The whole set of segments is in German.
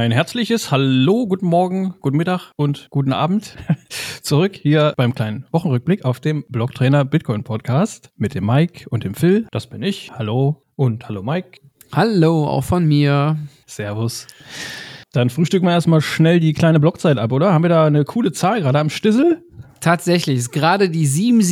Ein herzliches Hallo, guten Morgen, guten Mittag und guten Abend zurück hier beim kleinen Wochenrückblick auf dem Blocktrainer Bitcoin Podcast mit dem Mike und dem Phil. Das bin ich. Hallo und hallo Mike. Hallo, auch von mir. Servus. Dann frühstücken wir erstmal schnell die kleine Blockzeit ab, oder? Haben wir da eine coole Zahl gerade am Stissel? Tatsächlich ist gerade die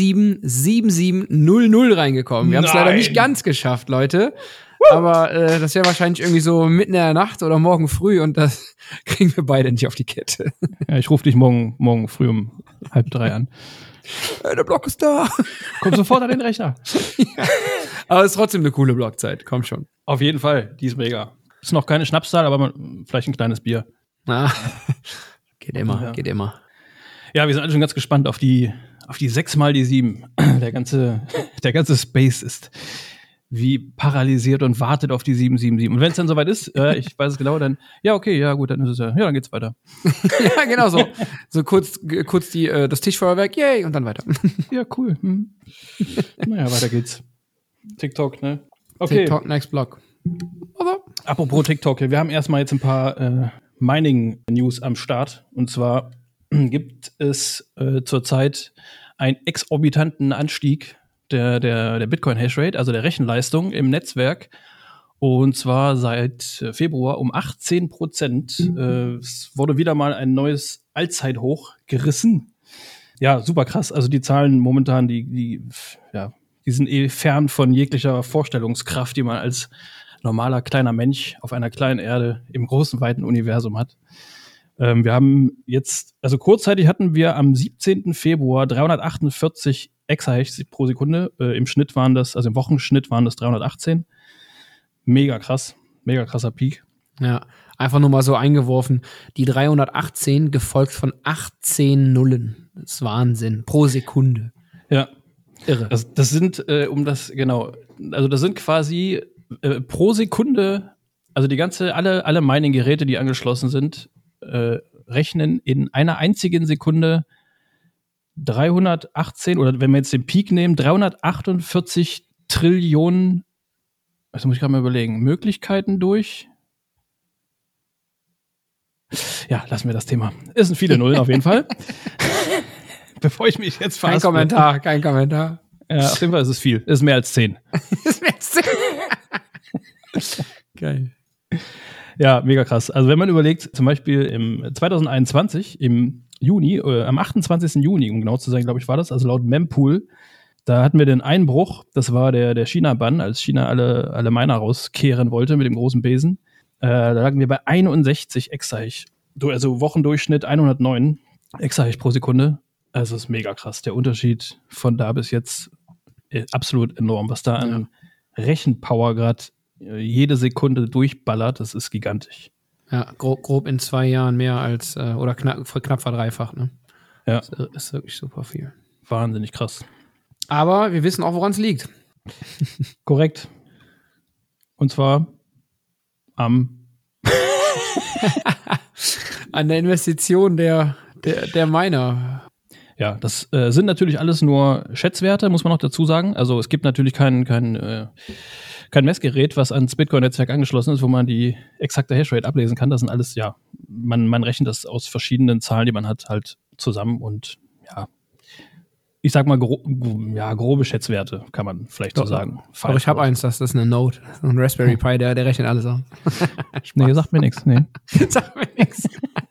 777700 reingekommen. Wir haben es leider nicht ganz geschafft, Leute. Aber das wäre wahrscheinlich irgendwie so mitten in der Nacht oder morgen früh und das kriegen wir beide nicht auf die Kette. Ja, ich rufe dich morgen früh um 2:30 an. Der Block ist da. Komm sofort an den Rechner. Ja. Aber es ist trotzdem eine coole Blockzeit. Komm schon. Auf jeden Fall, die ist mega. Ist noch keine Schnapszahl, aber vielleicht ein kleines Bier. Ah. Geht immer. Ja, wir sind alle schon ganz gespannt auf die 6 mal die 7. Der ganze Space ist wie paralysiert und wartet auf die 777. Und wenn es dann soweit ist, ich weiß es genau, dann, ja, okay, ja, gut, dann ist es ja, dann geht's weiter. Ja, genau so. So kurz das Tischfeuerwerk, yay, und dann weiter. Ja, cool. Naja, weiter geht's. TikTok, ne? Okay. TikTok, next block. Aber apropos TikTok, wir haben erstmal jetzt ein paar Mining-News am Start. Und zwar gibt es zurzeit einen exorbitanten Anstieg der Bitcoin-Hashrate, also der Rechenleistung im Netzwerk. Und zwar seit Februar um 18%. Es wurde wieder mal ein neues Allzeithoch gerissen. Ja, super krass. Also die Zahlen momentan, die sind fern von jeglicher Vorstellungskraft, die man als normaler kleiner Mensch auf einer kleinen Erde im großen, weiten Universum hat. Wir haben jetzt, also kurzzeitig hatten wir am 17. Februar 348 Exahash pro Sekunde. Im Schnitt waren das, also im Wochenschnitt waren das 318. Mega krass. Mega krasser Peak. ja, einfach nur mal so eingeworfen. Die 318 gefolgt von 18 Nullen. Das ist Wahnsinn. Pro Sekunde. Ja. Irre. Das sind, also das sind quasi pro Sekunde, also alle Mining-Geräte, die angeschlossen sind, rechnen in einer einzigen Sekunde 318, oder wenn wir jetzt den Peak nehmen, 348 Trillionen, das muss ich gerade mal überlegen, Möglichkeiten durch. Ja, lassen wir das Thema. Es sind viele Nullen auf jeden Fall. Bevor ich mich jetzt Kein Kommentar. Ja, auf jeden Fall ist es viel. Es ist mehr als 10. Geil. Ja, mega krass. Also wenn man überlegt, zum Beispiel im 2021, im Juni, am 28. Juni, um genau zu sein, glaube ich, war das, also laut Mempool, da hatten wir den Einbruch, das war der China-Bann, als China alle Miner rauskehren wollte mit dem großen Besen. Da lagen wir bei 61 Exahash. Also Wochendurchschnitt 109 Exahash pro Sekunde. Also das ist mega krass. Der Unterschied von da bis jetzt absolut enorm. Was da an Rechenpower gerade jede Sekunde durchballert, das ist gigantisch. Ja, grob in 2 Jahren mehr als, oder knapp verdreifacht, ne? Ja. Das ist wirklich super viel. Wahnsinnig krass. Aber wir wissen auch, woran es liegt. Korrekt. Und zwar an der Investition der Miner. Ja, das sind natürlich alles nur Schätzwerte, muss man noch dazu sagen. Also es gibt natürlich kein Messgerät, was ans Bitcoin-Netzwerk angeschlossen ist, wo man die exakte Hashrate ablesen kann. Das sind alles, ja, man rechnet das aus verschiedenen Zahlen, die man hat, halt zusammen und ja, ich sag mal grobe Schätzwerte, kann man vielleicht so sagen. Aber ich habe eins, das ist eine Note, ein Raspberry Pi, der rechnet alles aus. Nee, sagt mir nichts. Nee. Sagt mir nichts.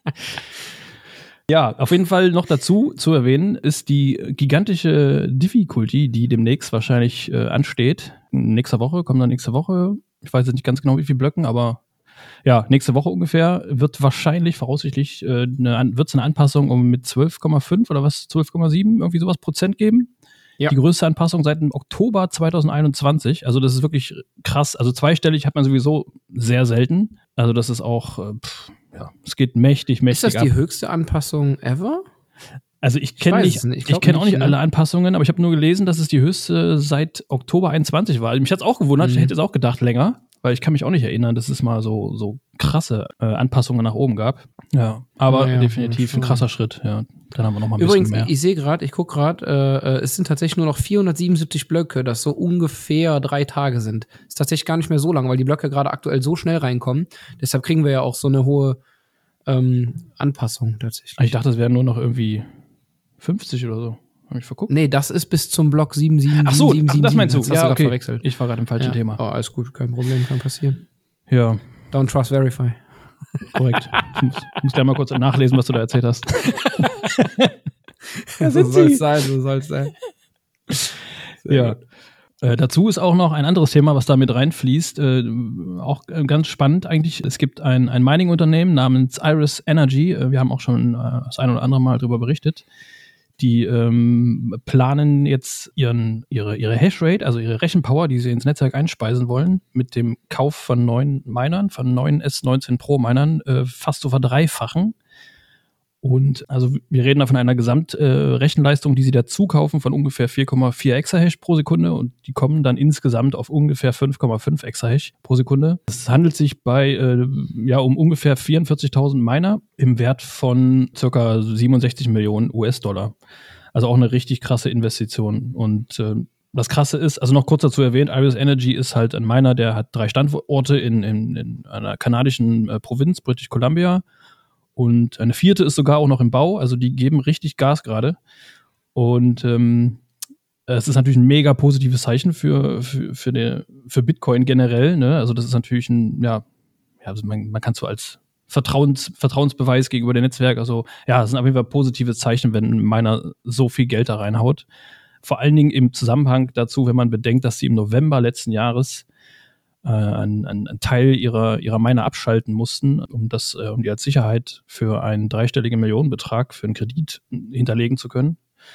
Ja, auf jeden Fall noch dazu zu erwähnen ist die gigantische Difficulty, die demnächst wahrscheinlich ansteht. Nächste Woche. Ich weiß jetzt nicht ganz genau, wie viele Blöcken, aber ja, nächste Woche ungefähr wird voraussichtlich wird's eine Anpassung mit 12,5 oder was, 12,7, irgendwie sowas Prozent geben. Ja. Die größte Anpassung seit dem Oktober 2021. Also das ist wirklich krass. Also zweistellig hat man sowieso sehr selten. Also das ist auch, es geht mächtig ab. Ist das die höchste Anpassung ever? Also ich kenne auch nicht alle Anpassungen, aber ich habe nur gelesen, dass es die höchste seit Oktober 21 war. Mich hat's auch gewundert, ich hätte es auch gedacht länger, weil ich kann mich auch nicht erinnern, dass es mal so krasse Anpassungen nach oben gab. Ja, aber definitiv ein krasser Schritt. Ja, dann haben wir noch mal ein Übrigens, bisschen mehr. ich sehe gerade, ich gucke gerade, es sind tatsächlich nur noch 477 Blöcke, das so ungefähr 3 Tage sind. Ist tatsächlich gar nicht mehr so lang, weil die Blöcke gerade aktuell so schnell reinkommen. Deshalb kriegen wir ja auch so eine hohe Anpassung tatsächlich. Ich dachte, es wären nur noch irgendwie 50 oder so. Habe ich verguckt? Nee, das ist bis zum Block 77. Ach so, das meinst du. Ja, okay. Verwechselt. Ich war gerade im falschen Thema. Oh, alles gut, kein Problem, kann passieren. Ja. Don't trust, verify. Korrekt. Ich muss gleich mal kurz nachlesen, was du da erzählt hast. So soll es sein. Ja. Dazu ist auch noch ein anderes Thema, was da mit reinfließt. Auch ganz spannend eigentlich. Es gibt ein Mining-Unternehmen namens Iris Energy. Wir haben auch schon das ein oder andere Mal darüber berichtet. Die planen jetzt ihre Hashrate, also ihre Rechenpower, die sie ins Netzwerk einspeisen wollen, mit dem Kauf von neuen Minern, von neuen S19 Pro Minern, fast zu verdreifachen. Und also wir reden da von einer Gesamtrechenleistung, die sie dazu kaufen, von ungefähr 4,4 Exahash pro Sekunde, und die kommen dann insgesamt auf ungefähr 5,5 Exahash pro Sekunde. Es handelt sich um ungefähr 44.000 Miner im Wert von ca. 67 Millionen US-Dollar. Also auch eine richtig krasse Investition. Und das Krasse ist, also noch kurz dazu erwähnt, Iris Energy ist halt ein Miner, der hat 3 Standorte in einer kanadischen Provinz, British Columbia. Und eine 4. ist sogar auch noch im Bau, also die geben richtig Gas gerade. Und es ist natürlich ein mega positives Zeichen für Bitcoin generell, ne? Also das ist natürlich also man kann es so als Vertrauensbeweis gegenüber dem Netzwerk, also ja, es sind auf jeden Fall positive Zeichen, wenn ein Miner so viel Geld da reinhaut. Vor allen Dingen im Zusammenhang dazu, wenn man bedenkt, dass sie im November letzten Jahres einen Teil ihrer Miner abschalten mussten, um die als Sicherheit für einen 3-stelligen Millionenbetrag für einen Kredit hinterlegen zu können.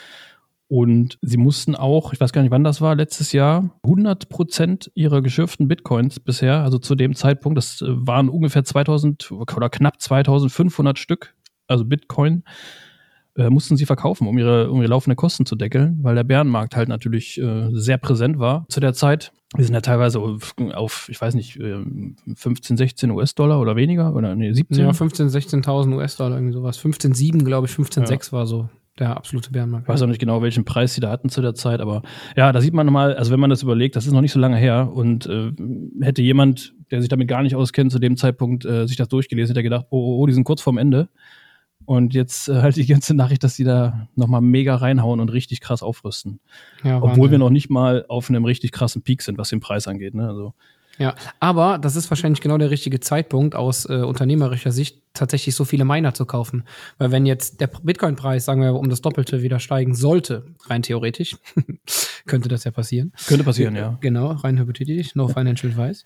Und sie mussten auch, ich weiß gar nicht, wann das war, letztes Jahr, 100% ihrer geschürften Bitcoins bisher, also zu dem Zeitpunkt, das waren ungefähr 2000 oder knapp 2500 Stück, also Bitcoin, mussten sie verkaufen, um ihre laufenden Kosten zu deckeln, weil der Bärenmarkt halt natürlich sehr präsent war zu der Zeit. Wir sind ja teilweise auf ich weiß nicht, 15, 16 US-Dollar oder weniger, oder 17? Ja, 15, 16.000 US-Dollar, irgendwie sowas. 15,7, glaube ich, 15,6 war so der absolute Bärenmarkt. Ich weiß auch nicht genau, welchen Preis sie da hatten zu der Zeit, aber ja, da sieht man nochmal, also wenn man das überlegt, das ist noch nicht so lange her, und hätte jemand, der sich damit gar nicht auskennt, zu dem Zeitpunkt sich das durchgelesen, hätte er gedacht, oh, die sind kurz vorm Ende. Und jetzt halt die ganze Nachricht, dass die da nochmal mega reinhauen und richtig krass aufrüsten. Ja, obwohl wir noch nicht mal auf einem richtig krassen Peak sind, was den Preis angeht, ne? Also. Ja, aber das ist wahrscheinlich genau der richtige Zeitpunkt, aus unternehmerischer Sicht tatsächlich so viele Miner zu kaufen. Weil wenn jetzt der Bitcoin-Preis, sagen wir, um das Doppelte wieder steigen sollte, rein theoretisch, könnte das ja passieren. Könnte passieren, ja. Genau, rein hypothetisch, no financial advice.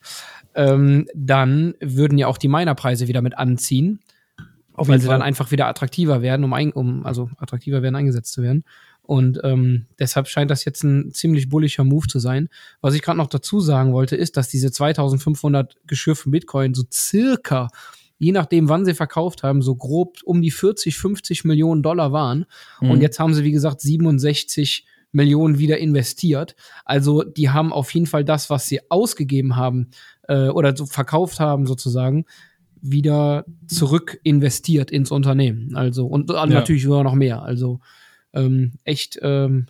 Dann würden ja auch die Minerpreise wieder mit anziehen. Weil sie dann einfach wieder attraktiver werden, also attraktiver werden, eingesetzt zu werden. Und deshalb scheint das jetzt ein ziemlich bullischer Move zu sein. Was ich gerade noch dazu sagen wollte, ist, dass diese 2500 geschürften Bitcoin so circa, je nachdem wann sie verkauft haben, so grob um die 40, 50 Millionen Dollar waren. Mhm. Und jetzt haben sie, wie gesagt, 67 Millionen wieder investiert. Also die haben auf jeden Fall das, was sie ausgegeben haben oder so verkauft haben sozusagen, wieder zurück investiert ins Unternehmen. Also, und natürlich sogar noch mehr. Also, echt.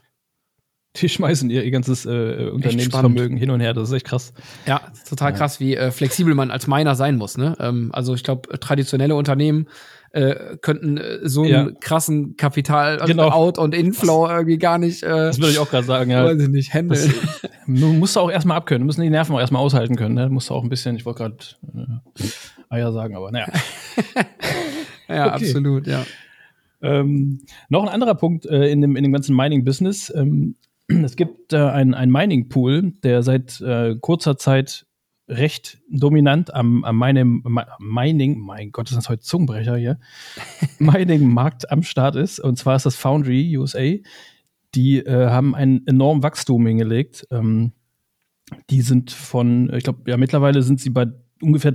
Die schmeißen ihr ganzes Unternehmensvermögen hin und her. Das ist echt krass. Ja, total krass, wie flexibel man als Miner sein muss. Ne? Also, ich glaube, traditionelle Unternehmen könnten so einen krassen Out- und Inflow irgendwie gar nicht. Das würde ich auch gerade sagen, ja. Weiß ich nicht, handeln. Du musst auch erstmal abkönnen. Du musst die Nerven auch erstmal aushalten können. Ne? Du musst auch ein bisschen, ich wollte gerade Eier sagen, aber naja. Ja, okay. Absolut, ja. Noch ein anderer Punkt in dem ganzen Mining-Business. Es gibt einen Mining-Pool, der seit kurzer Zeit recht dominant am Mining, mein Gott, das ist heute Zungenbrecher hier, Mining-Markt am Start ist. Und zwar ist das Foundry USA. Die haben ein enormes Wachstum hingelegt. Die sind ich glaube, mittlerweile sind sie bei ungefähr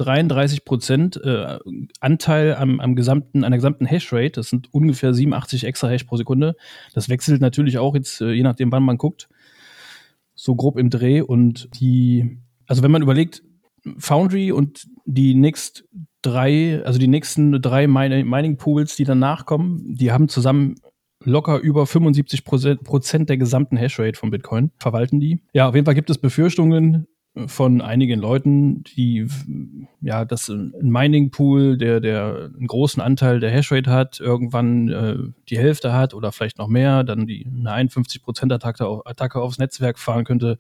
33% Anteil an der gesamten Hashrate. Das sind ungefähr 87 Exahash pro Sekunde. Das wechselt natürlich auch jetzt, je nachdem, wann man guckt, so grob im Dreh. Und also wenn man überlegt, Foundry und die die nächsten 3 Mining-Pools, die danach kommen, die haben zusammen locker über 75% der gesamten Hashrate von Bitcoin, verwalten die. Ja, auf jeden Fall gibt es Befürchtungen von einigen Leuten, die, ja, dass ein Mining-Pool, der einen großen Anteil der Hashrate hat, irgendwann die Hälfte hat oder vielleicht noch mehr, dann eine 51%-Attacke aufs Netzwerk fahren könnte,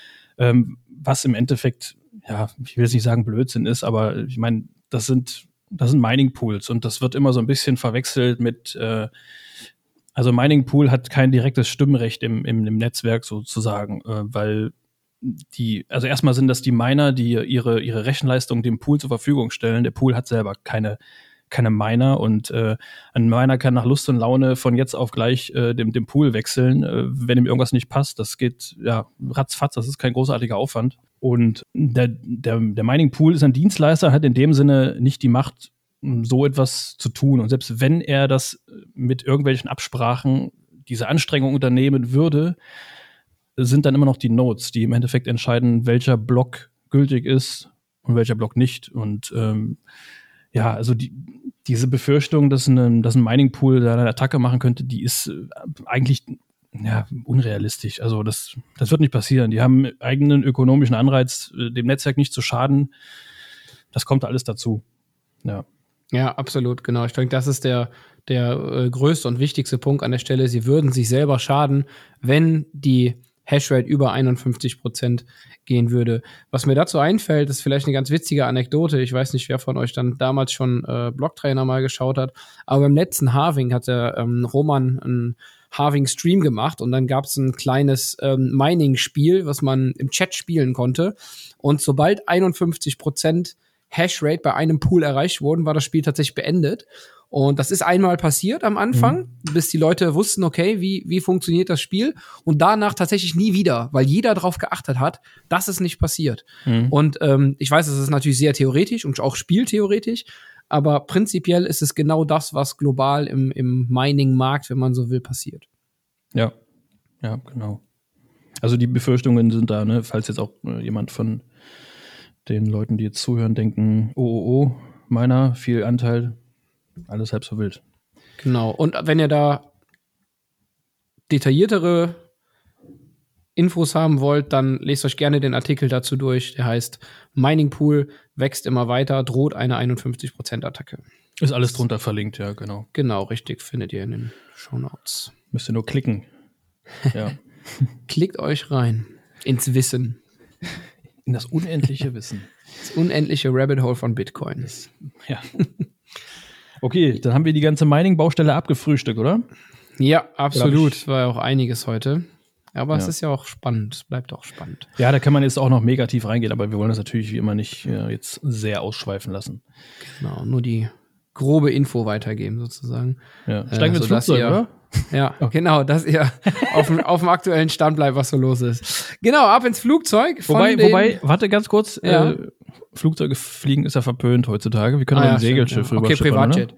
was im Endeffekt, ja, ich will jetzt nicht sagen Blödsinn ist, aber ich meine, das sind Mining-Pools und das wird immer so ein bisschen verwechselt mit also Mining Pool hat kein direktes Stimmrecht im Netzwerk sozusagen, weil also erstmal sind das die Miner, die ihre Rechenleistung dem Pool zur Verfügung stellen. Der Pool hat selber keine Miner und ein Miner kann nach Lust und Laune von jetzt auf gleich dem Pool wechseln, wenn ihm irgendwas nicht passt. Das geht ja ratzfatz, das ist kein großartiger Aufwand. Und der Mining Pool ist ein Dienstleister, hat in dem Sinne nicht die Macht, so etwas zu tun. Und selbst wenn er das mit irgendwelchen Absprachen, diese Anstrengung unternehmen würde, sind dann immer noch die Nodes, die im Endeffekt entscheiden, welcher Block gültig ist und welcher Block nicht. Und ja, also diese Befürchtung, dass ein Mining-Pool da eine Attacke machen könnte, die ist eigentlich unrealistisch. Also das wird nicht passieren. Die haben eigenen ökonomischen Anreiz, dem Netzwerk nicht zu schaden. Das kommt alles dazu. Ja. Ja, absolut, genau. Ich denke, das ist der größte und wichtigste Punkt an der Stelle. Sie würden sich selber schaden, wenn die Hashrate über 51% gehen würde. Was mir dazu einfällt, ist vielleicht eine ganz witzige Anekdote. Ich weiß nicht, wer von euch dann damals schon Blocktrainer mal geschaut hat, aber beim letzten Halving hat der Roman einen Halving-Stream gemacht und dann gab es ein kleines Mining-Spiel, was man im Chat spielen konnte. Und sobald 51% Hashrate bei einem Pool erreicht wurden, war das Spiel tatsächlich beendet. Und das ist einmal passiert am Anfang, bis die Leute wussten, okay, wie funktioniert das Spiel? Und danach tatsächlich nie wieder, weil jeder darauf geachtet hat, dass es nicht passiert. Und ich weiß, das ist natürlich sehr theoretisch und auch spieltheoretisch, aber prinzipiell ist es genau das, was global im Mining-Markt, wenn man so will, passiert. Ja, genau. Also die Befürchtungen sind da, ne, falls jetzt auch jemand von den Leuten, die jetzt zuhören, denken, meiner, viel Anteil, alles halb so wild. Genau, und wenn ihr da detailliertere Infos haben wollt, dann lest euch gerne den Artikel dazu durch. Der heißt Mining Pool wächst immer weiter, droht eine 51%-Attacke. Ist alles drunter verlinkt, ja, genau. Genau, richtig, findet ihr in den Shownotes. Müsst ihr nur klicken. Ja. Klickt euch rein ins Wissen. In das unendliche Wissen. Das unendliche Rabbit Hole von Bitcoin. Ja. Okay, dann haben wir die ganze Mining-Baustelle abgefrühstückt, oder? Ja, absolut. Es war ja auch einiges heute. Aber es ist ja auch spannend. Es bleibt auch spannend. Ja, da kann man jetzt auch noch mega tief reingehen, aber wir wollen das natürlich wie immer nicht jetzt sehr ausschweifen lassen. Genau, nur die grobe Info weitergeben sozusagen. Ja. Steigen wir ins Flugzeug, oder? Ja, genau, dass ihr auf dem aktuellen Stand bleibt, was so los ist. Genau, ab ins Flugzeug. Wobei, warte ganz kurz, ja. Flugzeuge fliegen ist ja verpönt heutzutage. Wir können mit dem Segelschiff rüber schippern, Privatjet.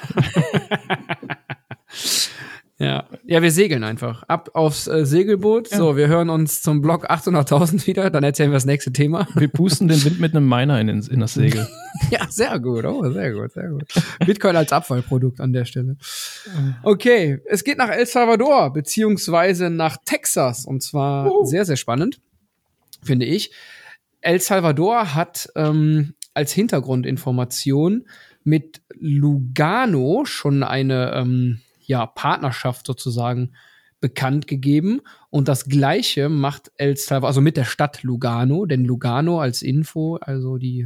Ja, wir segeln einfach. Ab aufs Segelboot. Ja. So, wir hören uns zum Block 800.000 wieder, dann erzählen wir das nächste Thema. Wir pusten den Wind mit einem Miner in das Segel. Ja, sehr gut. Oh, sehr gut. Bitcoin als Abfallprodukt an der Stelle. Okay, es geht nach El Salvador, beziehungsweise nach Texas. Und zwar sehr, sehr spannend, finde ich. El Salvador hat als Hintergrundinformation mit Lugano schon eine Partnerschaft sozusagen bekannt gegeben. Und das Gleiche macht El Salvador, also mit der Stadt Lugano, denn Lugano als Info, also die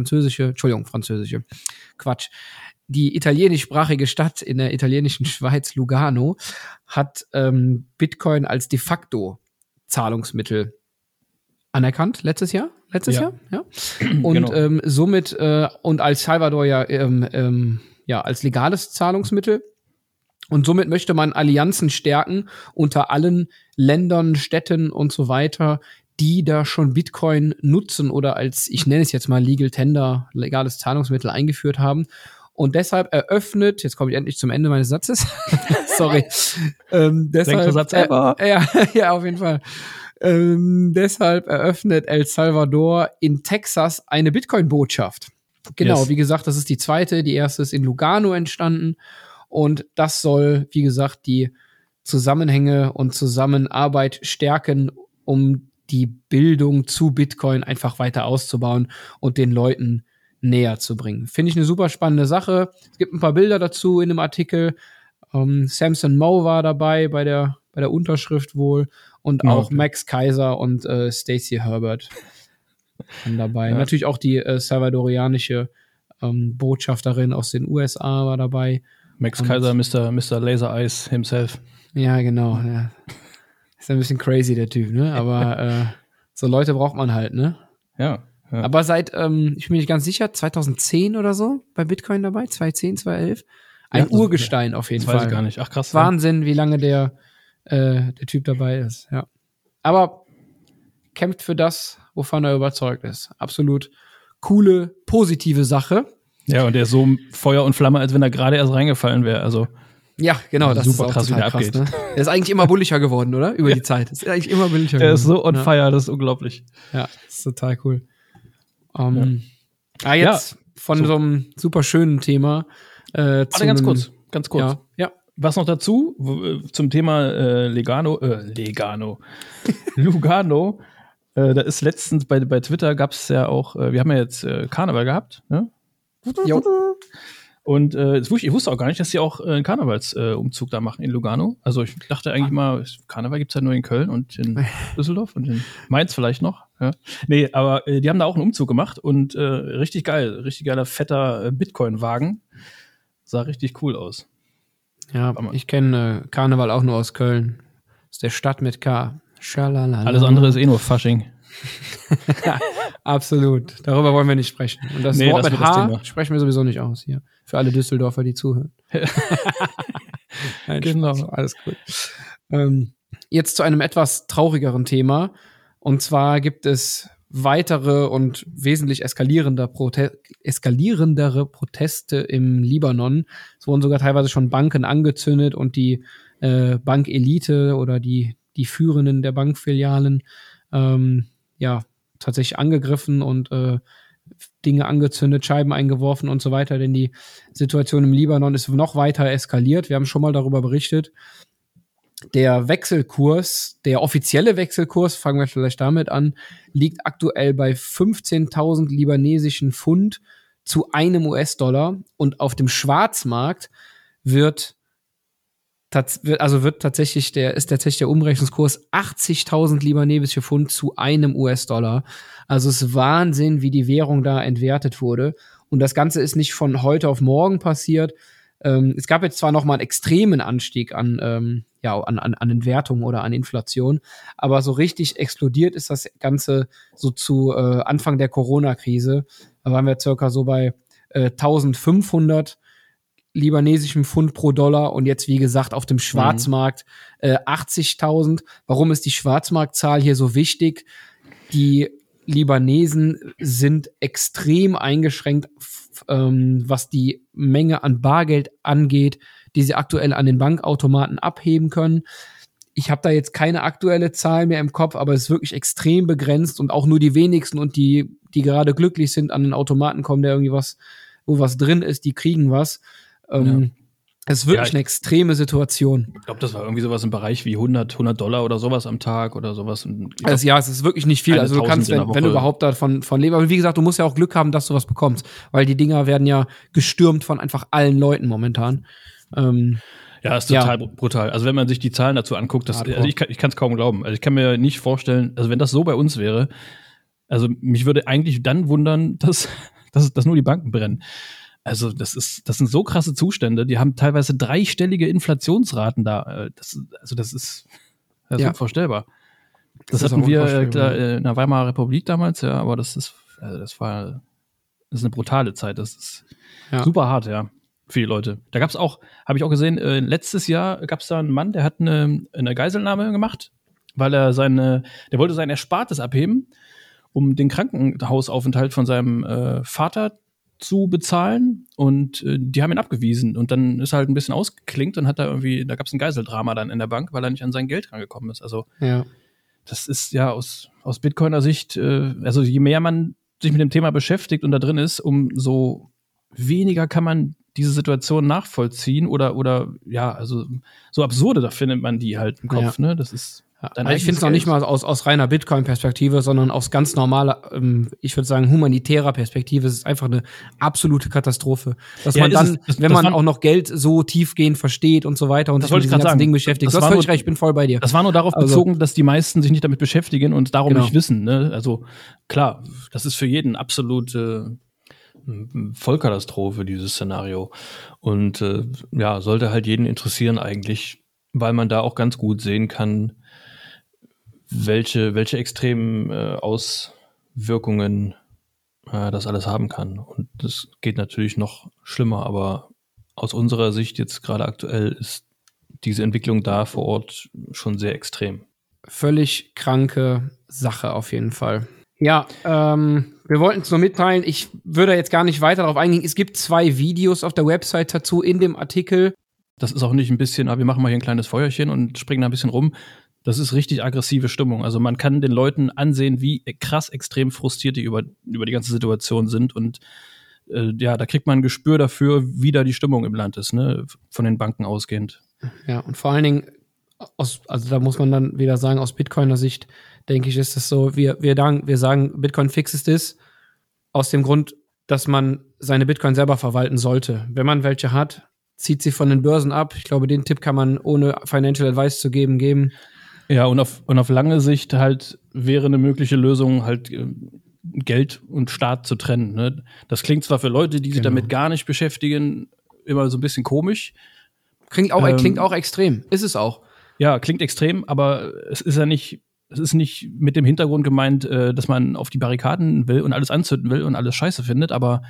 die italienischsprachige Stadt in der italienischen Schweiz, Lugano, hat Bitcoin als de facto Zahlungsmittel anerkannt letztes Jahr. Ja. Und genau. Somit und El Salvador als legales Zahlungsmittel. Und somit möchte man Allianzen stärken unter allen Ländern, Städten und so weiter, die da schon Bitcoin nutzen oder als, ich nenne es jetzt mal Legal Tender, legales Zahlungsmittel eingeführt haben. Und deshalb eröffnet, jetzt komme ich endlich zum Ende meines Satzes. Sorry. Deshalb, Satz ja, auf jeden Fall. Deshalb eröffnet El Salvador in Texas eine Bitcoin-Botschaft. Genau, Yes. wie gesagt, das ist die zweite. Die erste ist in Lugano entstanden. Und das soll, wie gesagt, die Zusammenhänge und Zusammenarbeit stärken, um die Bildung zu Bitcoin einfach weiter auszubauen und den Leuten näher zu bringen. Finde ich eine super spannende Sache. Es gibt ein paar Bilder dazu in dem Artikel. Samson Moe war dabei bei der Unterschrift wohl und auch Okay. Max Kaiser und Stacey Herbert waren dabei. Ja. Natürlich auch die salvadorianische Botschafterin aus den USA war dabei. Max Und- Kaiser, Mr. Laser Eyes himself. Ja, genau. Ja. Ist ein bisschen crazy, der Typ, ne? Aber so Leute braucht man halt, ne? Ja. Aber seit, ich bin mir nicht ganz sicher, 2010 oder so bei Bitcoin dabei, 2010, 2011. Ein Ja, das- Urgestein auf jeden Das Fall. weiß ich gar nicht. Ach krass. Wahnsinn, wie lange der Typ dabei ist, ja. Aber kämpft für das, wovon er überzeugt ist. Absolut coole, positive Sache. Ja, und der ist so Feuer und Flamme, als wenn er gerade erst reingefallen wäre. Also Ja, genau, das Super ist auch krass, wie total der krass, abgeht. ne? Der ist eigentlich immer bullischer geworden, oder? Über die Zeit. Ist eigentlich immer bullischer geworden. er ist so on ja. fire, das ist unglaublich. Ja, das ist total cool. Jetzt von so einem super schönen Thema Warte, ganz kurz. Ja. Was noch dazu zum Thema Lugano. Da ist letztens bei Twitter gab es ja auch, wir haben ja jetzt Karneval gehabt, ne? Jo. Und ich wusste auch gar nicht, dass sie auch einen Karnevalsumzug da machen in Lugano. Also ich dachte eigentlich mal, Karneval gibt es ja nur in Köln und in Düsseldorf und in Mainz vielleicht noch. Ja. Nee, aber die haben da auch einen Umzug gemacht und richtig geil, richtig geiler, fetter Bitcoin-Wagen. Sah richtig cool aus. Ja, ich kenne Karneval auch nur aus Köln. Aus der Stadt mit K. Schalalala. Alles andere ist eh nur Fasching. Absolut. Darüber wollen wir nicht sprechen. Und das Nee, Wort das mit wird das H Thema. sprechen wir sowieso nicht aus hier. Für alle Düsseldorfer, die zuhören. Nein, Genau. Spaß, alles gut. Jetzt zu einem etwas traurigeren Thema. Und zwar gibt es weitere und wesentlich eskalierendere Proteste im Libanon. Es wurden sogar teilweise schon Banken angezündet und die Bankelite oder die Führenden der Bankfilialen tatsächlich angegriffen und Dinge angezündet, Scheiben eingeworfen und so weiter, denn die Situation im Libanon ist noch weiter eskaliert. Wir haben schon mal darüber berichtet. Der Wechselkurs, der offizielle Wechselkurs, fangen wir vielleicht damit an, liegt aktuell bei 15.000 libanesischen Pfund zu einem US-Dollar und auf dem Schwarzmarkt ist tatsächlich der Umrechnungskurs 80.000 libanesische Pfund zu einem US-Dollar. Also es ist Wahnsinn, wie die Währung da entwertet wurde. Und das Ganze ist nicht von heute auf morgen passiert. Es gab jetzt zwar noch mal einen extremen Anstieg an Entwertung oder an Inflation, aber so richtig explodiert ist das Ganze so zu Anfang der Corona-Krise. Da waren wir circa so bei 1.500 libanesischen Pfund pro Dollar und jetzt, wie gesagt, auf dem Schwarzmarkt 80.000. Warum ist die Schwarzmarktzahl hier so wichtig? Die Libanesen sind extrem eingeschränkt, was die Menge an Bargeld angeht, die sie aktuell an den Bankautomaten abheben können. Ich habe da jetzt keine aktuelle Zahl mehr im Kopf, aber es ist wirklich extrem begrenzt und auch nur die wenigsten und die gerade glücklich sind, an den Automaten kommen, der irgendwie wo was drin ist, die kriegen was. Es ist wirklich eine extreme Situation. Ich glaube, das war irgendwie sowas im Bereich wie $100 oder sowas am Tag oder sowas. Und es ist wirklich nicht viel. Also du kannst, wenn du überhaupt davon leben. Aber wie gesagt, du musst ja auch Glück haben, dass du was bekommst. Weil die Dinger werden ja gestürmt von einfach allen Leuten momentan. Ja, ist total brutal. Also wenn man sich die Zahlen dazu anguckt, ich kann es kaum glauben. Also ich kann mir nicht vorstellen, also wenn das so bei uns wäre, also mich würde eigentlich dann wundern, dass nur die Banken brennen. Also das sind so krasse Zustände, die haben teilweise 3-stellige Inflationsraten da. Das ist unvorstellbar. Das hatten wir in der Weimarer Republik damals, ja, aber das ist eine brutale Zeit. Das ist super hart, ja, für die Leute. Da gab es auch, habe ich auch gesehen, letztes Jahr gab es da einen Mann, der hat eine Geiselnahme gemacht, weil der wollte sein Erspartes abheben, um den Krankenhausaufenthalt von seinem Vater zu bezahlen und die haben ihn abgewiesen und dann ist er halt ein bisschen ausgeklinkt und da gab es ein Geiseldrama dann in der Bank, weil er nicht an sein Geld rangekommen ist. Also das ist ja aus Bitcoiner Sicht, also je mehr man sich mit dem Thema beschäftigt und da drin ist, umso weniger kann man diese Situation nachvollziehen oder ja, also so absurde, da findet man die halt im Kopf, ne? Das ist also ich finde es noch nicht mal aus reiner Bitcoin-Perspektive, sondern aus ganz normaler, ich würde sagen, humanitärer Perspektive. Es ist einfach eine absolute Katastrophe. Dass man dann, wenn man auch noch Geld so tiefgehend versteht und so weiter und sich mit diesem ganzen Ding beschäftigt. Du hast völlig recht, ich bin voll bei dir. Das war nur darauf bezogen, dass die meisten sich nicht damit beschäftigen und darum nicht wissen. Ne? Also klar, das ist für jeden absolute Vollkatastrophe, dieses Szenario. Und ja, sollte halt jeden interessieren eigentlich, weil man da auch ganz gut sehen kann, welche extremen Auswirkungen das alles haben kann. Und das geht natürlich noch schlimmer, aber aus unserer Sicht jetzt gerade aktuell ist diese Entwicklung da vor Ort schon sehr extrem. Völlig kranke Sache auf jeden Fall. Ja, wir wollten es nur mitteilen. Ich würde jetzt gar nicht weiter darauf eingehen. Es gibt 2 Videos auf der Website dazu in dem Artikel. Das ist auch nicht ein bisschen, wir machen mal hier ein kleines Feuerchen und springen da ein bisschen rum. Das ist richtig aggressive Stimmung. Also man kann den Leuten ansehen, wie krass extrem frustriert die über die ganze Situation sind. Und ja, da kriegt man ein Gespür dafür, wie da die Stimmung im Land ist, ne? Von den Banken ausgehend. Ja, und vor allen Dingen, also da muss man dann wieder sagen, aus Bitcoiner Sicht, denke ich, ist es so, wir sagen, Bitcoin fixes this, aus dem Grund, dass man seine Bitcoin selber verwalten sollte. Wenn man welche hat, zieht sie von den Börsen ab. Ich glaube, den Tipp kann man ohne Financial Advice zu geben. Ja, und auf lange Sicht halt wäre eine mögliche Lösung halt Geld und Staat zu trennen. Ne? Das klingt zwar für Leute, die sich damit gar nicht beschäftigen, immer so ein bisschen komisch. Klingt auch extrem. Ist es auch. Ja, klingt extrem, aber es ist nicht mit dem Hintergrund gemeint, dass man auf die Barrikaden will und alles anzünden will und alles scheiße findet, aber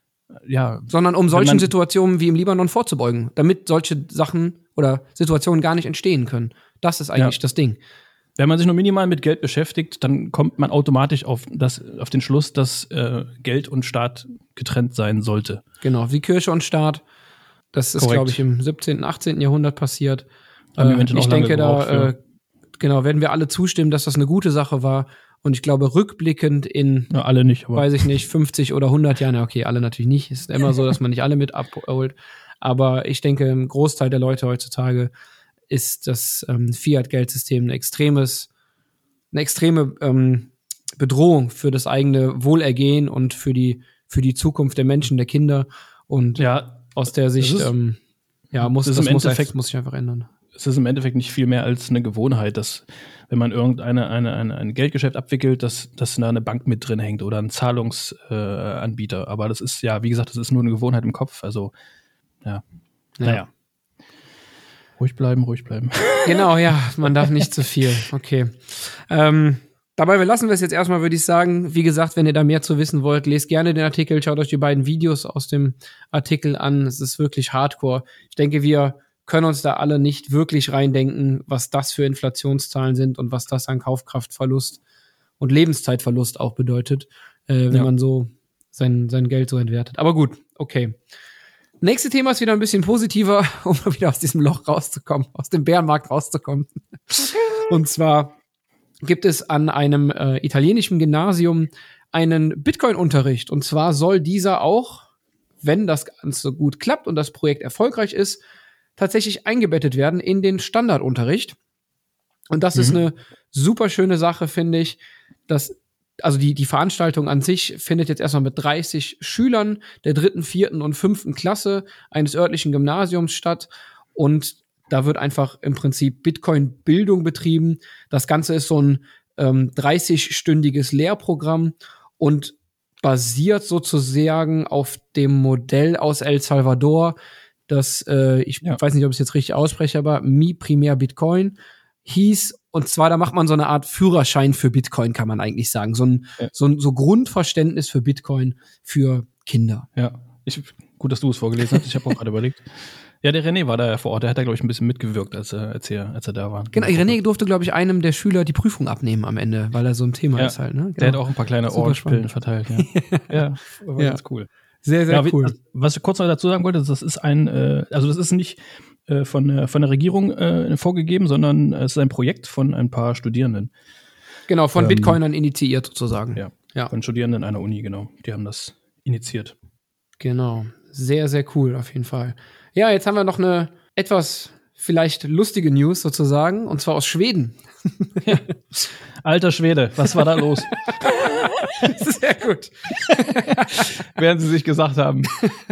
ja. Sondern um solchen Situationen wie im Libanon vorzubeugen, damit solche Sachen oder Situationen gar nicht entstehen können. Das ist eigentlich das Ding. Wenn man sich nur minimal mit Geld beschäftigt, dann kommt man automatisch auf den Schluss, dass Geld und Staat getrennt sein sollte. Genau, wie Kirche und Staat. Das ist, glaube ich, im 17., 18. Jahrhundert passiert. Ich denke, werden wir alle zustimmen, dass das eine gute Sache war. Und ich glaube, rückblickend in, alle nicht, aber weiß ich nicht, 50 oder 100 Jahren, okay, alle natürlich nicht. Es ist immer so, dass man nicht alle mit abholt. Aber ich denke, ein Großteil der Leute heutzutage ist das Fiat-Geldsystem eine extreme Bedrohung für das eigene Wohlergehen und für die Zukunft der Menschen, der Kinder. Und aus der Sicht, muss sich einfach ändern. Es ist im Endeffekt nicht viel mehr als eine Gewohnheit, dass, wenn man ein Geldgeschäft abwickelt, dass da eine Bank mit drin hängt oder ein Zahlungsanbieter. Aber das ist, ja, wie gesagt, das ist nur eine Gewohnheit im Kopf. Also, ja. Naja. Ruhig bleiben. Genau, ja, man darf nicht zu viel. Okay. Dabei belassen wir es jetzt erstmal, würde ich sagen. Wie gesagt, wenn ihr da mehr zu wissen wollt, lest gerne den Artikel, schaut euch die beiden Videos aus dem Artikel an. Es ist wirklich hardcore. Ich denke, wir können uns da alle nicht wirklich reindenken, was das für Inflationszahlen sind und was das an Kaufkraftverlust und Lebenszeitverlust auch bedeutet, wenn man so sein Geld so entwertet. Aber gut, okay. Nächste Thema ist wieder ein bisschen positiver, um mal wieder aus diesem Loch rauszukommen, aus dem Bärenmarkt rauszukommen. Und zwar gibt es an einem italienischen Gymnasium einen Bitcoin-Unterricht. Und zwar soll dieser auch, wenn das Ganze gut klappt und das Projekt erfolgreich ist, tatsächlich eingebettet werden in den Standardunterricht. Und das ist eine super schöne Sache, finde ich. Also die Veranstaltung an sich findet jetzt erstmal mit 30 Schülern der 3., 4. und 5. Klasse eines örtlichen Gymnasiums statt. Und da wird einfach im Prinzip Bitcoin-Bildung betrieben. Das Ganze ist so ein 30-stündiges Lehrprogramm und basiert sozusagen auf dem Modell aus El Salvador, das, ich weiß nicht, ob ich es jetzt richtig ausspreche, aber Mi Primer Bitcoin hieß. Und zwar, da macht man so eine Art Führerschein für Bitcoin, kann man eigentlich sagen. So Grundverständnis für Bitcoin für Kinder. Ja, gut, dass du es vorgelesen hast. Ich habe auch gerade überlegt. Ja, der René war da ja vor Ort. Der hat da, glaube ich, ein bisschen mitgewirkt, als er da war. Genau, René durfte, glaube ich, einem der Schüler die Prüfung abnehmen am Ende, weil er so ein Thema ist halt. Ne? Genau. Der hat auch ein paar kleine Orange-Pillen verteilt. Ja, war ganz cool. Sehr, sehr cool. Was ich kurz noch dazu sagen wollte, das ist das ist nicht von der Regierung vorgegeben, sondern es ist ein Projekt von ein paar Studierenden. Genau, von Bitcoinern initiiert sozusagen. Ja. Von Studierenden einer Uni, genau. Die haben das initiiert. Genau. Sehr, sehr cool auf jeden Fall. Ja, jetzt haben wir noch eine etwas vielleicht lustige News sozusagen, und zwar aus Schweden. Alter Schwede, was war da los? Sehr gut. Werden sie sich gesagt haben.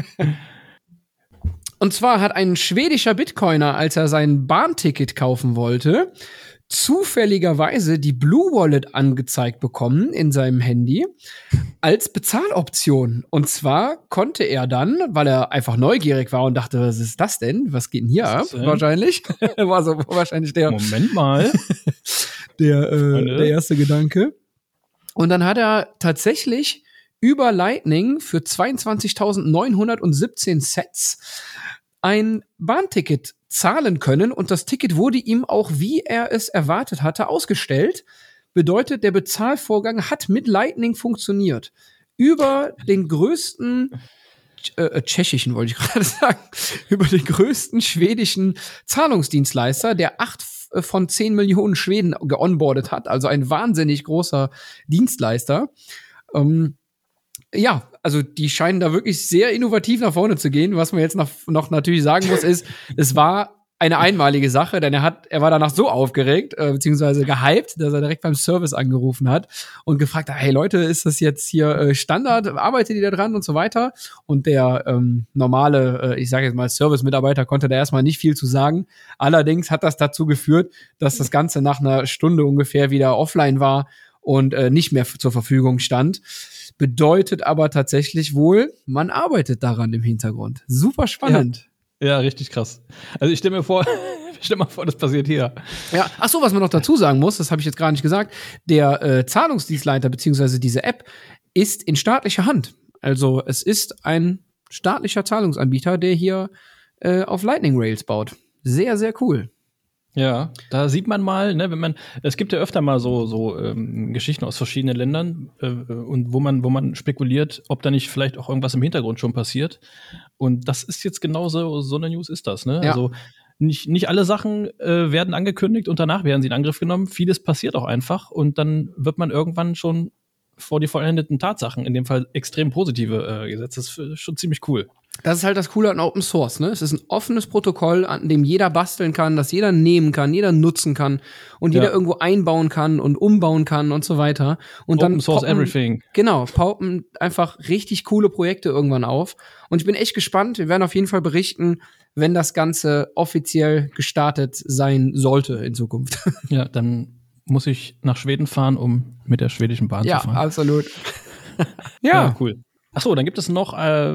Und zwar hat ein schwedischer Bitcoiner, als er sein Bahnticket kaufen wollte, zufälligerweise die Blue Wallet angezeigt bekommen in seinem Handy als Bezahloption. Und zwar konnte er dann, weil er einfach neugierig war und dachte, was ist das denn? Was geht denn hier ab? Wahrscheinlich. War so wahrscheinlich der Moment mal. der erste Gedanke. Und dann hat er tatsächlich über Lightning für 22.917 Sats ein Bahnticket zahlen können. Und das Ticket wurde ihm auch, wie er es erwartet hatte, ausgestellt. Bedeutet, der Bezahlvorgang hat mit Lightning funktioniert. Über den größten tschechischen, wollte ich gerade sagen, über den größten schwedischen Zahlungsdienstleister, der 8 von 10 Millionen Schweden geonboardet hat. Also ein wahnsinnig großer Dienstleister. Ja, also die scheinen da wirklich sehr innovativ nach vorne zu gehen. Was man jetzt noch natürlich sagen muss, ist, es war eine einmalige Sache, denn er war danach so aufgeregt, beziehungsweise gehypt, dass er direkt beim Service angerufen hat und gefragt hat, hey Leute, ist das jetzt hier Standard? Arbeitet ihr da dran und so weiter? Und der normale, ich sage jetzt mal Service-Mitarbeiter konnte da erstmal nicht viel zu sagen. Allerdings hat das dazu geführt, dass das Ganze nach einer Stunde ungefähr wieder offline war und nicht mehr zur Verfügung stand. Bedeutet aber tatsächlich wohl, man arbeitet daran im Hintergrund. Super spannend. Ja, richtig krass. Also ich stell mir vor, das passiert hier. Ja, ach so, was man noch dazu sagen muss, das habe ich jetzt gar nicht gesagt, der Zahlungsdienstleister beziehungsweise diese App ist in staatlicher Hand. Also es ist ein staatlicher Zahlungsanbieter, der hier auf Lightning Rails baut. Sehr, sehr cool. Ja, da sieht man mal, ne, es gibt ja öfter mal so Geschichten aus verschiedenen Ländern und wo man spekuliert, ob da nicht vielleicht auch irgendwas im Hintergrund schon passiert. Und das ist jetzt genauso, so eine News ist das, ne? Ja. Also nicht alle Sachen werden angekündigt und danach werden sie in Angriff genommen. Vieles passiert auch einfach und dann wird man irgendwann schon vor die vollendeten Tatsachen, in dem Fall extrem positive gesetzt. Das ist schon ziemlich cool. Das ist halt das Coole an Open Source, ne? Es ist ein offenes Protokoll, an dem jeder basteln kann, das jeder nehmen kann, jeder nutzen kann und jeder irgendwo einbauen kann und umbauen kann und so weiter. Und Open dann Source everything. Genau, poppen einfach richtig coole Projekte irgendwann auf. Und ich bin echt gespannt. Wir werden auf jeden Fall berichten, wenn das Ganze offiziell gestartet sein sollte in Zukunft. Ja, dann muss ich nach Schweden fahren, um mit der schwedischen Bahn zu fahren. Ja, absolut. Ja, cool. Achso, dann gibt es noch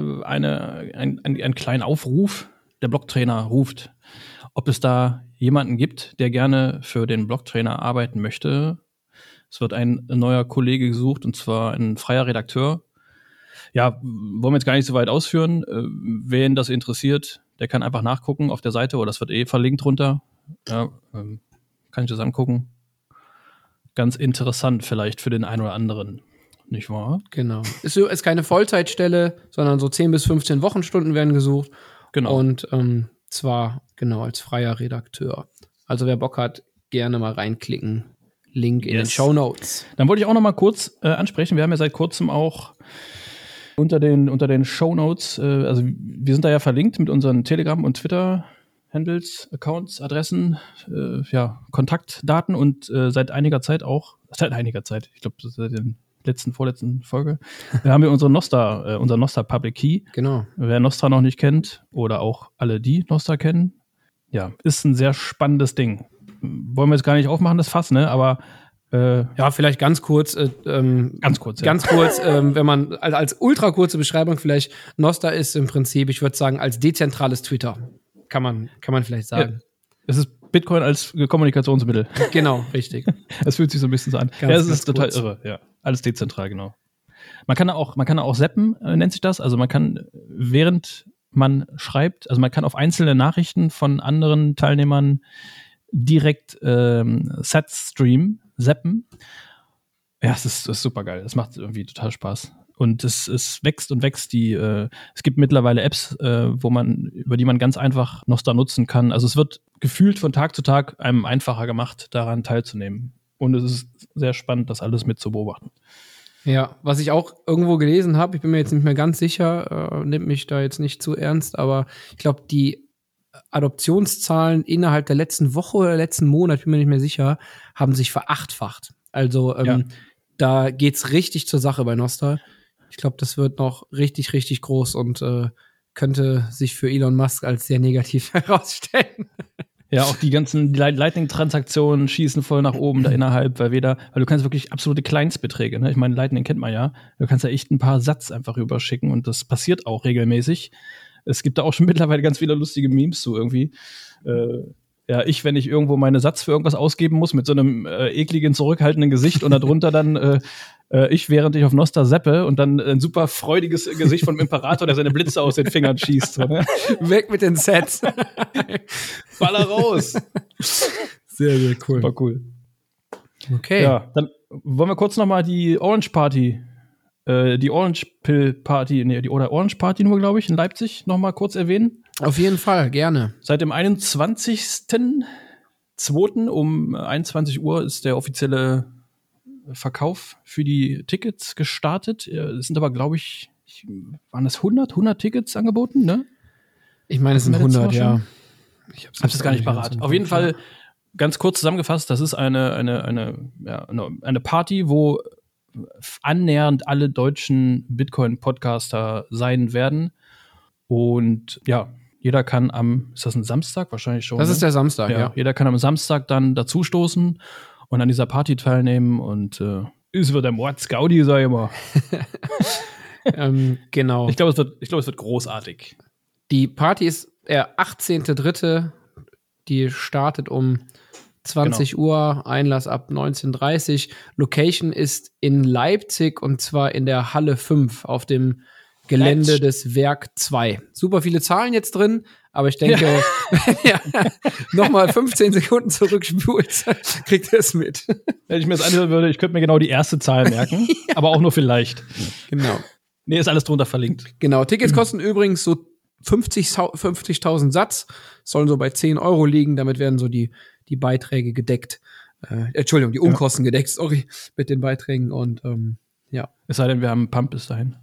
einen kleinen Aufruf. Der Blocktrainer ruft, ob es da jemanden gibt, der gerne für den Blocktrainer arbeiten möchte. Es wird ein neuer Kollege gesucht, und zwar ein freier Redakteur. Ja, wollen wir jetzt gar nicht so weit ausführen. Wen das interessiert, der kann einfach nachgucken auf der Seite, oder das wird verlinkt runter. Ja, kann ich das angucken. Ganz interessant vielleicht für den einen oder anderen. Nicht wahr? Genau. Ist keine Vollzeitstelle, sondern so 10 bis 15 Wochenstunden werden gesucht. Genau. Und zwar genau als freier Redakteur. Also wer Bock hat, gerne mal reinklicken. Link in den Shownotes. Dann wollte ich auch noch mal kurz ansprechen. Wir haben ja seit kurzem auch unter den Shownotes, also wir sind da ja verlinkt mit unseren Telegram- und Twitter-Handles, Accounts, Adressen, Kontaktdaten und seit einiger Zeit, ich glaube, seit den vorletzten Folge, haben wir unser Nostra Public Key. Genau. Wer Nostra noch nicht kennt oder auch alle, die Nostra kennen, ja, ist ein sehr spannendes Ding. Wollen wir jetzt gar nicht aufmachen, das Fass, ne? Aber vielleicht ganz kurz. Ganz kurz, wenn man als ultra kurze Beschreibung vielleicht, Nostra ist im Prinzip, ich würde sagen, als dezentrales Twitter. Kann man vielleicht sagen. Ja, es ist Bitcoin als Kommunikationsmittel. Genau, richtig. Das fühlt sich so ein bisschen so an. Es ist total irre, ja. Alles dezentral, genau. Man kann auch zappen, nennt sich das. Also man kann, während man schreibt, also man kann auf einzelne Nachrichten von anderen Teilnehmern direkt zappen. Ja, es ist super geil. Es macht irgendwie total Spaß. Und es wächst und wächst. Es gibt mittlerweile Apps, über die man ganz einfach Nostra nutzen kann. Also es wird gefühlt von Tag zu Tag einem einfacher gemacht, daran teilzunehmen. Und es ist sehr spannend, das alles mit zu beobachten. Ja, was ich auch irgendwo gelesen habe, ich bin mir jetzt nicht mehr ganz sicher, nimmt mich da jetzt nicht zu ernst, aber ich glaube, die Adoptionszahlen innerhalb der letzten Woche oder letzten Monat, ich bin mir nicht mehr sicher, haben sich verachtfacht. Also da geht's richtig zur Sache bei Nostar. Ich glaube, das wird noch richtig, richtig groß und könnte sich für Elon Musk als sehr negativ herausstellen. Ja, auch die ganzen Lightning-Transaktionen schießen voll nach oben da innerhalb, weil du kannst wirklich absolute Kleinstbeträge, ne? Ich meine, Lightning kennt man ja. Du kannst ja echt ein paar Satz einfach rüberschicken und das passiert auch regelmäßig. Es gibt da auch schon mittlerweile ganz viele lustige Memes zu irgendwie. Wenn ich irgendwo meine Satz für irgendwas ausgeben muss mit so einem ekligen, zurückhaltenden Gesicht und darunter dann während ich auf Nostar seppe und dann ein super freudiges Gesicht von dem Imperator, der seine Blitze aus den Fingern schießt. So, ne? Weg mit den Sets. Baller raus. Sehr, sehr cool. Super cool. Okay. Ja, dann wollen wir kurz noch mal die Orange Party, die Orange Pill Party, oder Orange Party nur, glaube ich, in Leipzig noch mal kurz erwähnen. Auf jeden Fall, gerne. Seit dem 21.02. um 21 Uhr ist der offizielle Verkauf für die Tickets gestartet. Es sind aber, glaube ich, waren das 100 Tickets angeboten, ne? Ich meine, es sind 100, ja. Ich hab's jetzt gar nicht parat. Auf jeden Fall, ganz kurz zusammengefasst, das ist eine Party, wo annähernd alle deutschen Bitcoin-Podcaster sein werden. Und ja, jeder kann ist das ein Samstag? Wahrscheinlich schon. Das ist der Samstag, ja. Jeder kann am Samstag dann dazustoßen und an dieser Party teilnehmen und es wird ein Mordsgaudi, sag ich mal. Genau. Ich glaube, es wird großartig. Die Party ist der 18.03. Die startet um 20 Uhr, Einlass ab 19:30 Uhr. Location ist in Leipzig und zwar in der Halle 5 auf dem Gelände des Werk 2. Super viele Zahlen jetzt drin, aber ich denke, nochmal 15 Sekunden zurückspult, kriegt ihr es mit. Wenn ich mir das anhören würde, ich könnte mir genau die erste Zahl merken, aber auch nur vielleicht. Genau. Nee, ist alles drunter verlinkt. Genau, Tickets kosten übrigens so 50.000 Satz, sollen so bei 10 Euro liegen, damit werden so die Beiträge gedeckt. Die Umkosten gedeckt, sorry, mit den Beiträgen und Es sei denn, wir haben einen Pump bis dahin.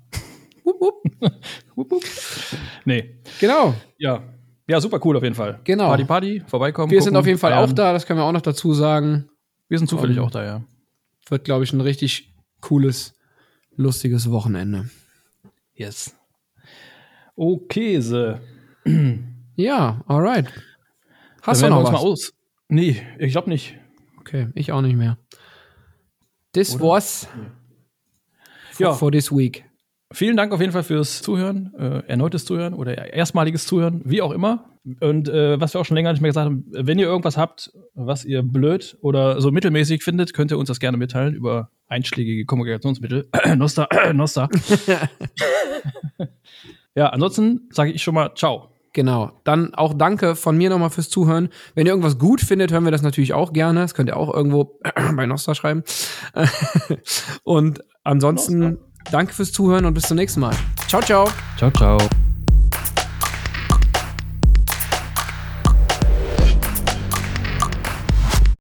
Nee. Genau. Ja, super cool auf jeden Fall. Genau. Party, vorbeikommen. Wir sind auf jeden Fall auch da, das können wir auch noch dazu sagen. Wir sind zufällig auch da, ja. Wird, glaube ich, ein richtig cooles, lustiges Wochenende. Yes. Okay, Ja, alright. Hast dann du noch wir was? Mal aus. Nee, ich glaube nicht. Okay, ich auch nicht mehr. This was for this week. Vielen Dank auf jeden Fall fürs Zuhören, erneutes Zuhören oder erstmaliges Zuhören, wie auch immer. Und was wir auch schon länger nicht mehr gesagt haben, wenn ihr irgendwas habt, was ihr blöd oder so mittelmäßig findet, könnt ihr uns das gerne mitteilen über einschlägige Kommunikationsmittel. Nostar. Ja, ansonsten sage ich schon mal ciao. Genau. Dann auch danke von mir nochmal fürs Zuhören. Wenn ihr irgendwas gut findet, hören wir das natürlich auch gerne. Das könnt ihr auch irgendwo bei Nostar schreiben. Und ansonsten danke fürs Zuhören und bis zum nächsten Mal. Ciao, ciao. Ciao, ciao.